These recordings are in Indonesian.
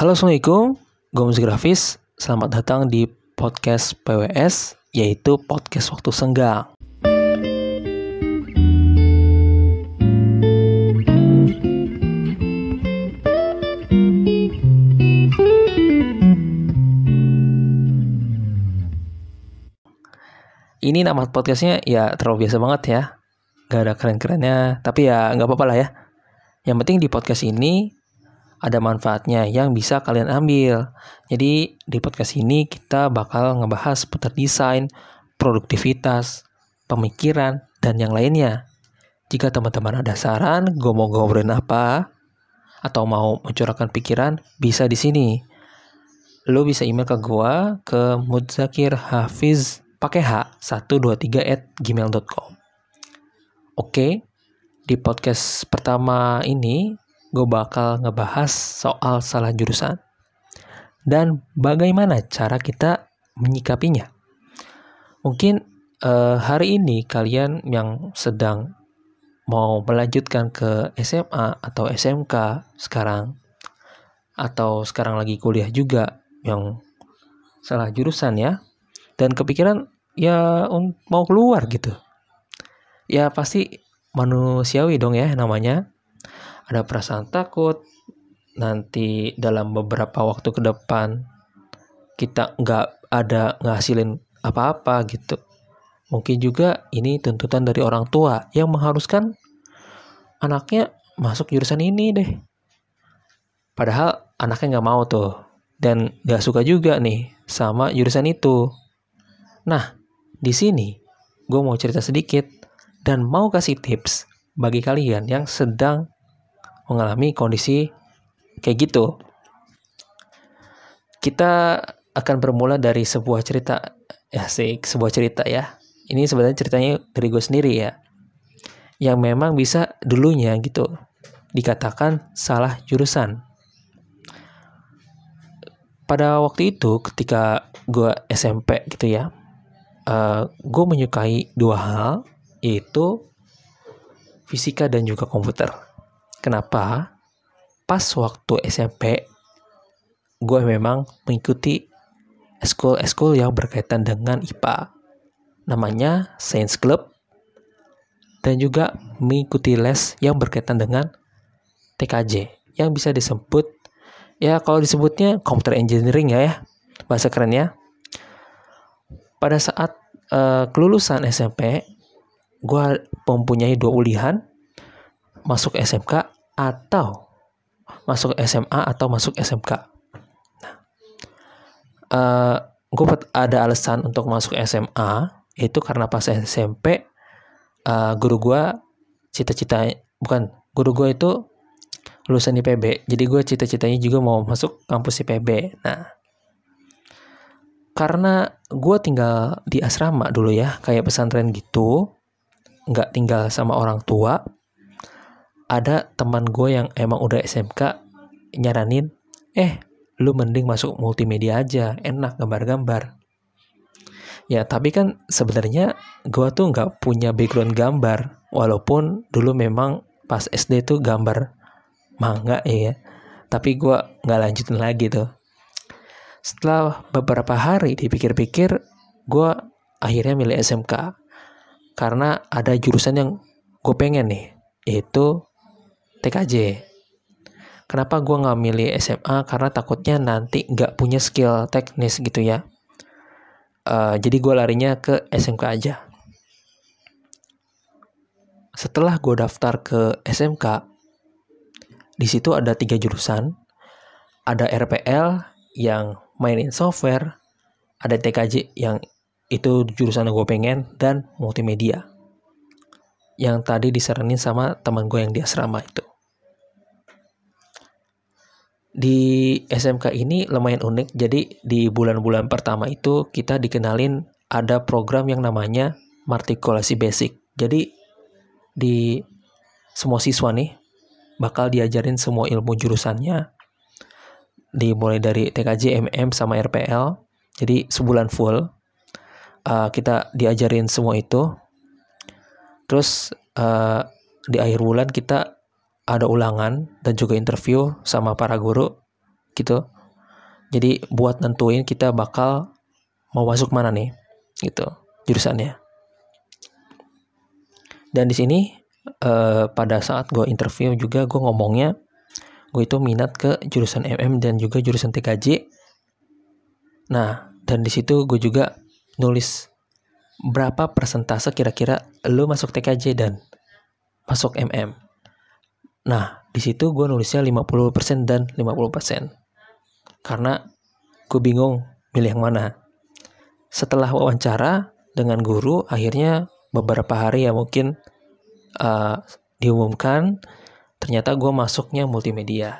Halo, Assalamualaikum. Gue Musik Grafis. Selamat datang di podcast PWS, yaitu podcast waktu senggang. Ini nama podcastnya ya terlalu biasa banget ya. Gak ada keren-kerennya, tapi ya gak apa-apa lah ya. Yang penting di podcast ini ada manfaatnya yang bisa kalian ambil. Jadi di podcast ini kita bakal ngebahas seputar desain, produktivitas, pemikiran, dan yang lainnya. Jika teman-teman ada saran, gue mau ngobrolin apa, atau mau mencurahkan pikiran, bisa di sini. Lo bisa email ke gue ke mudzakirhafiz pakai h123@gmail.com. Oke, di podcast pertama ini gue bakal ngebahas soal salah jurusan dan bagaimana cara kita menyikapinya. Mungkin hari ini kalian yang sedang mau melanjutkan ke SMA atau SMK sekarang, atau sekarang lagi kuliah juga yang salah jurusan ya, dan kepikiran ya mau keluar gitu. Ya pasti manusiawi dong ya namanya. Ada perasaan takut, nanti dalam beberapa waktu ke depan kita nggak ada ngasilin apa-apa gitu. Mungkin juga ini tuntutan dari orang tua yang mengharuskan anaknya masuk jurusan ini deh. Padahal anaknya nggak mau tuh, dan nggak suka juga nih sama jurusan itu. Nah, di sini gue mau cerita sedikit dan mau kasih tips bagi kalian yang sedang mengalami kondisi kayak gitu. Kita akan bermula dari sebuah cerita. Sebuah cerita ya. Ini sebenarnya ceritanya dari gue sendiri ya, yang memang bisa dulunya gitu dikatakan salah jurusan. Pada waktu itu ketika gue SMP gitu ya, gue menyukai dua hal, yaitu fisika dan juga komputer. Kenapa? Pas waktu SMP, gue memang mengikuti eskul yang berkaitan dengan IPA. Namanya Science Club. Dan juga mengikuti les yang berkaitan dengan TKJ. Yang bisa disebut, ya kalau disebutnya Computer Engineering ya, bahasa kerennya. Pada saat kelulusan SMP, gue mempunyai dua pilihan, masuk SMK atau masuk SMA atau masuk SMK. Gue ada alasan untuk masuk SMA, itu karena pas SMP guru gue guru gue itu lulusan IPB, jadi gue cita-citanya juga mau masuk kampus IPB. Nah, karena gue tinggal di asrama dulu ya, kayak pesantren gitu, nggak tinggal sama orang tua. Ada teman gue yang emang udah SMK nyaranin, lu mending masuk multimedia aja, enak gambar-gambar. Ya tapi kan sebenarnya gue tuh nggak punya background gambar, walaupun dulu memang pas SD tuh gambar manga ya, tapi gue nggak lanjutin lagi tuh. Setelah beberapa hari dipikir-pikir, gue akhirnya milih SMK karena ada jurusan yang gue pengen nih, yaitu TKJ. Kenapa gue nggak milih SMA? Karena takutnya nanti nggak punya skill teknis gitu ya. Jadi gue larinya ke SMK aja. Setelah gue daftar ke SMK, di situ ada 3 jurusan. Ada RPL yang mainin software, ada TKJ yang itu jurusan yang gue pengen, dan multimedia yang tadi disaranin sama teman gue yang di asrama itu. Di SMK ini lumayan unik. Jadi di bulan-bulan pertama itu kita dikenalin ada program yang namanya matrikulasi basic. Jadi di semua siswa nih bakal diajarin semua ilmu jurusannya, dimulai dari TKJ, MM, sama RPL. Jadi sebulan full kita diajarin semua itu. Terus di akhir bulan kita ada ulangan dan juga interview sama para guru. gitu. Jadi buat nentuin kita bakal mau masuk mana nih gitu jurusannya. Dan di sini pada saat gue interview juga gue ngomongnya gue itu minat ke jurusan MM dan juga jurusan TKJ. Nah, dan di situ gue juga nulis berapa persentase kira-kira lo masuk TKJ dan masuk MM. Nah, di situ gue nulisnya 50% dan 50%. Karena gue bingung milih yang mana. Setelah wawancara dengan guru, akhirnya beberapa hari ya mungkin diumumkan ternyata gue masuknya multimedia.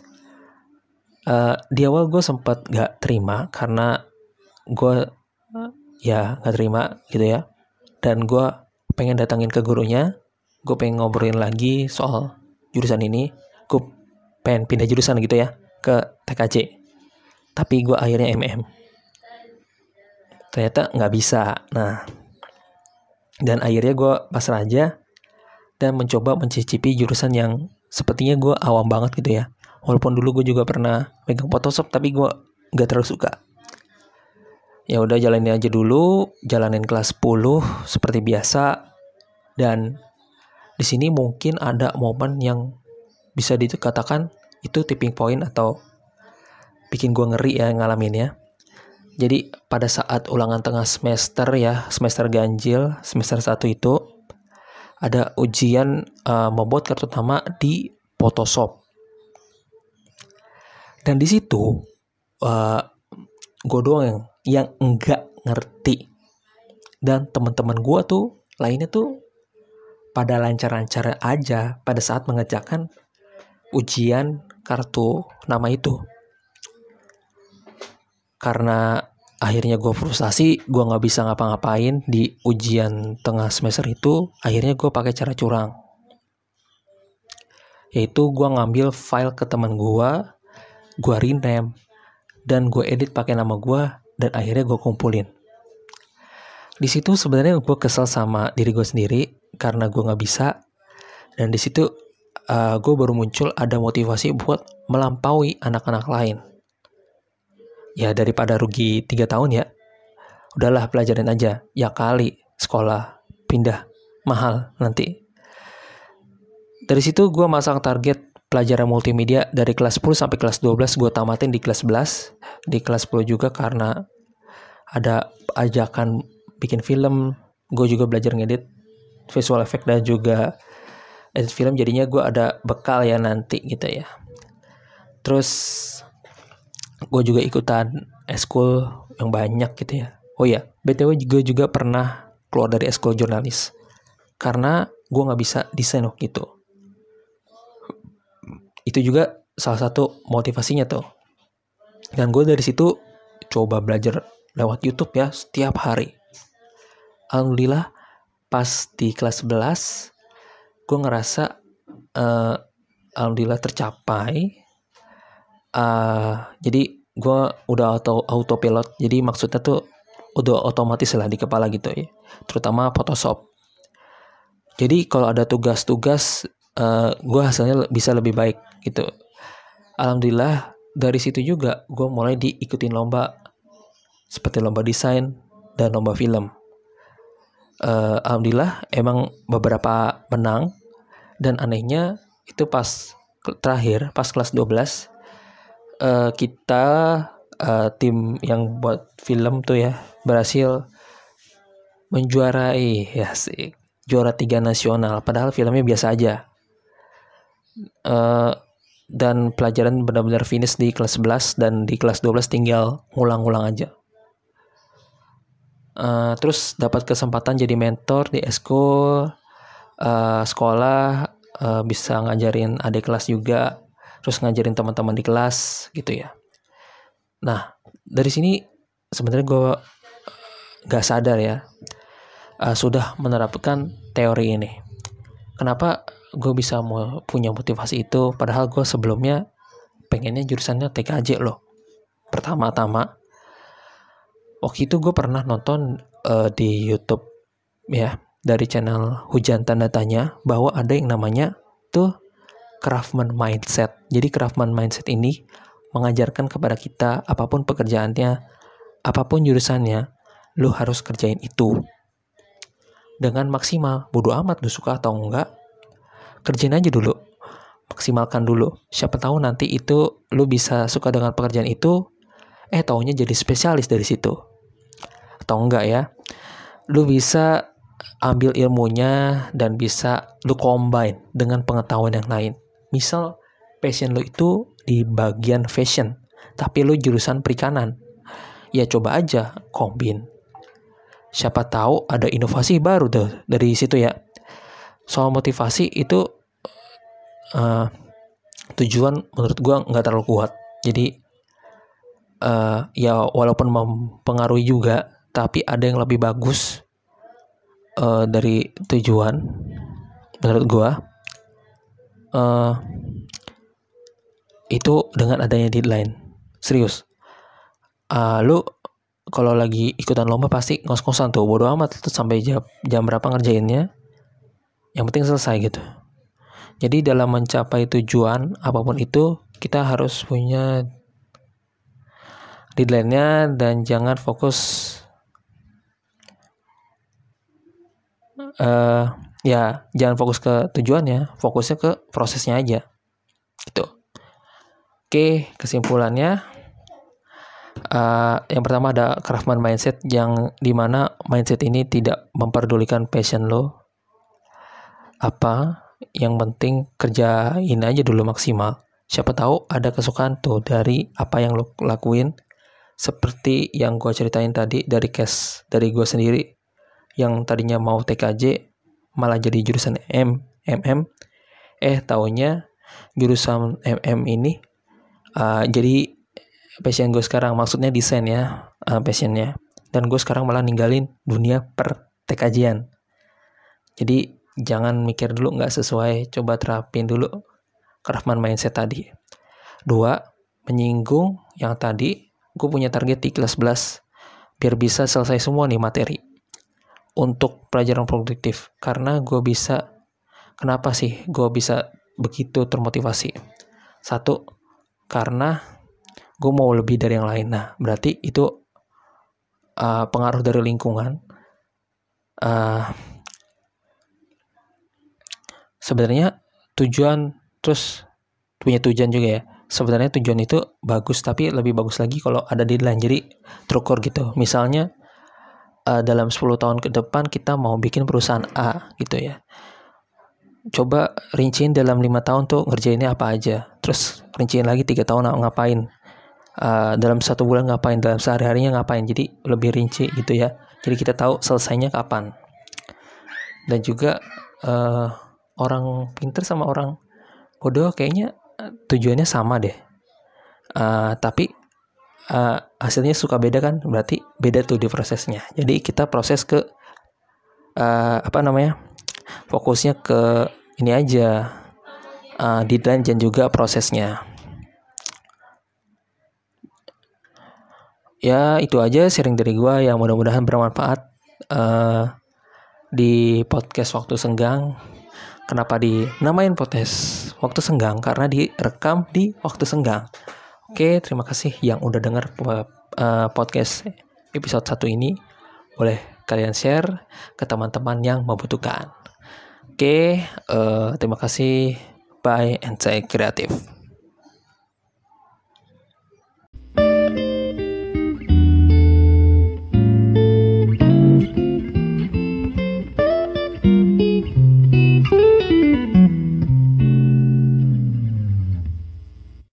Di awal gue sempat gak terima karena gue ya gak terima gitu ya. Dan gue pengen datangin ke gurunya, gue pengen ngobrolin lagi soal jurusan ini, gue pengen pindah jurusan gitu ya ke TKJ. Tapi gue akhirnya MM. Ternyata gak bisa. Nah, dan akhirnya gue pasrah aja dan mencoba mencicipi jurusan yang sepertinya gue awam banget gitu ya. Walaupun dulu gue juga pernah megang Photoshop, tapi gue gak terlalu suka. Ya udah jalanin aja dulu, jalanin kelas 10 seperti biasa. Dan di sini mungkin ada momen yang bisa dikatakan itu tipping point atau bikin gue ngeri ya ngalaminnya. Jadi pada saat ulangan tengah semester ya, semester ganjil, semester 1 itu ada ujian membuat kartu nama di Photoshop. Dan di situ gue doang yang enggak ngerti. Dan teman-teman gue tuh lainnya tuh pada lancar-lancar aja pada saat mengerjakan ujian kartu nama itu. Karena akhirnya gue frustasi, gue gak bisa ngapa-ngapain di ujian tengah semester itu. Akhirnya gue pakai cara curang, yaitu gue ngambil file ke teman gue rename, dan gue edit pakai nama gue, dan akhirnya gue kumpulin. Di situ sebenarnya gue kesel sama diri gue sendiri karena gue gak bisa. Dan di situ gue baru muncul ada motivasi buat melampaui anak-anak lain. Ya daripada rugi 3 tahun ya, udahlah pelajarin aja. Ya kali sekolah pindah mahal nanti. Dari situ gue masang target pelajaran multimedia dari kelas 10 sampai kelas 12 gue tamatin di kelas 11. Di kelas 10 juga karena ada ajakan bikin film, gue juga belajar ngedit visual effect dan juga edit film, jadinya gue ada bekal ya nanti gitu ya. Terus gue juga ikutan eskul yang banyak gitu ya. Oh ya, BTW gue juga pernah keluar dari eskul jurnalis karena gue gak bisa desain waktu itu. Itu juga salah satu motivasinya tuh. Dan gue dari situ coba belajar lewat YouTube ya setiap hari. Alhamdulillah pas di kelas 11 gue ngerasa alhamdulillah tercapai. Jadi gue udah autopilot. Jadi maksudnya tuh udah otomatis lah di kepala gitu ya. Terutama Photoshop. Jadi kalau ada tugas-tugas gue hasilnya bisa lebih baik gitu. Alhamdulillah dari situ juga gue mulai diikutin lomba seperti lomba desain dan lomba film. Alhamdulillah emang beberapa menang. Dan anehnya itu pas terakhir pas kelas 12 kita tim yang buat film tuh ya berhasil menjuarai ya sih, juara 3 nasional, padahal filmnya biasa aja. Dan pelajaran benar-benar finish di kelas 11 dan di kelas 12 tinggal ngulang-ngulang aja. Terus dapat kesempatan jadi mentor di eskul sekolah, bisa ngajarin adik kelas juga, terus ngajarin teman-teman di kelas gitu ya. Nah dari sini sebenarnya gue gak sadar ya sudah menerapkan teori ini. Kenapa gue bisa punya motivasi itu, padahal gue sebelumnya pengennya jurusannya TKJ loh. Pertama-tama waktu itu gue pernah nonton di YouTube ya dari channel Hujan Tanda Tanya bahwa ada yang namanya tuh Craftman Mindset. Jadi Craftman Mindset ini mengajarkan kepada kita apapun pekerjaannya, apapun jurusannya, lu harus kerjain itu dengan maksimal. Bodo amat lu suka atau enggak, kerjain aja dulu, maksimalkan dulu. Siapa tahu nanti itu lu bisa suka dengan pekerjaan itu, taunya jadi spesialis dari situ. Atau enggak ya, lu bisa ambil ilmunya dan bisa lu combine dengan pengetahuan yang lain. Misal passion lu itu di bagian fashion, tapi lu jurusan perikanan, ya coba aja combine. Siapa tahu ada inovasi baru tuh dari situ ya. Soal motivasi itu tujuan menurut gue nggak terlalu kuat. Jadi ya walaupun mempengaruhi juga, tapi ada yang lebih bagus dari tujuan menurut gue. Itu dengan adanya deadline. Serius, lu kalau lagi ikutan lomba pasti ngos-ngosan tuh, bodo amat tuh sampai jam berapa ngerjainnya, yang penting selesai gitu. Jadi dalam mencapai tujuan apapun itu, kita harus punya deadline-nya dan jangan fokus jangan fokus ke tujuannya, fokusnya ke prosesnya aja gitu. Oke, kesimpulannya yang pertama ada Craftman mindset, yang dimana mindset ini tidak memperdulikan passion lo apa, yang penting kerjain aja dulu maksimal. Siapa tahu ada kesukaan tuh dari apa yang lo lakuin. Seperti yang gue ceritain tadi dari case dari gue sendiri, yang tadinya mau TKJ malah jadi jurusan MM, taunya jurusan MM ini jadi passion gue sekarang. Maksudnya desain ya, passionnya. Dan gue sekarang malah ninggalin dunia per TKJ-an. Jadi jangan mikir dulu nggak sesuai, coba terapin dulu Craftman mindset tadi. 2, menyinggung yang tadi, gue punya target di kelas 11 biar bisa selesai semua nih materi untuk pelajaran produktif. Karena gue bisa, kenapa sih gue bisa begitu termotivasi? 1, karena gue mau lebih dari yang lain. Nah, berarti itu pengaruh dari lingkungan. Sebenarnya tujuan, terus punya tujuan juga ya. Sebenarnya tujuan itu bagus, tapi lebih bagus lagi kalau ada deadline. Jadi terukur gitu. Misalnya dalam 10 tahun ke depan kita mau bikin perusahaan A gitu ya. Coba rinciin dalam 5 tahun tuh ngerjainnya apa aja. Terus rinciin lagi 3 tahun ngapain. Dalam 1 bulan ngapain, dalam sehari-harinya ngapain. Jadi lebih rinci gitu ya. Jadi kita tahu selesainya kapan. Dan juga orang pintar sama orang bodoh kayaknya tujuannya sama deh. Tapi hasilnya suka beda kan, berarti beda tuh di prosesnya. Jadi kita proses ke fokusnya ke ini aja, deadline dan juga prosesnya. Ya itu aja sharing dari gua yang mudah-mudahan bermanfaat di podcast waktu senggang. Kenapa dinamain podcast waktu senggang? Karena direkam di waktu senggang. Oke, terima kasih yang udah dengar podcast episode 1 ini. Boleh kalian share ke teman-teman yang membutuhkan. Oke, terima kasih. Bye and stay creative.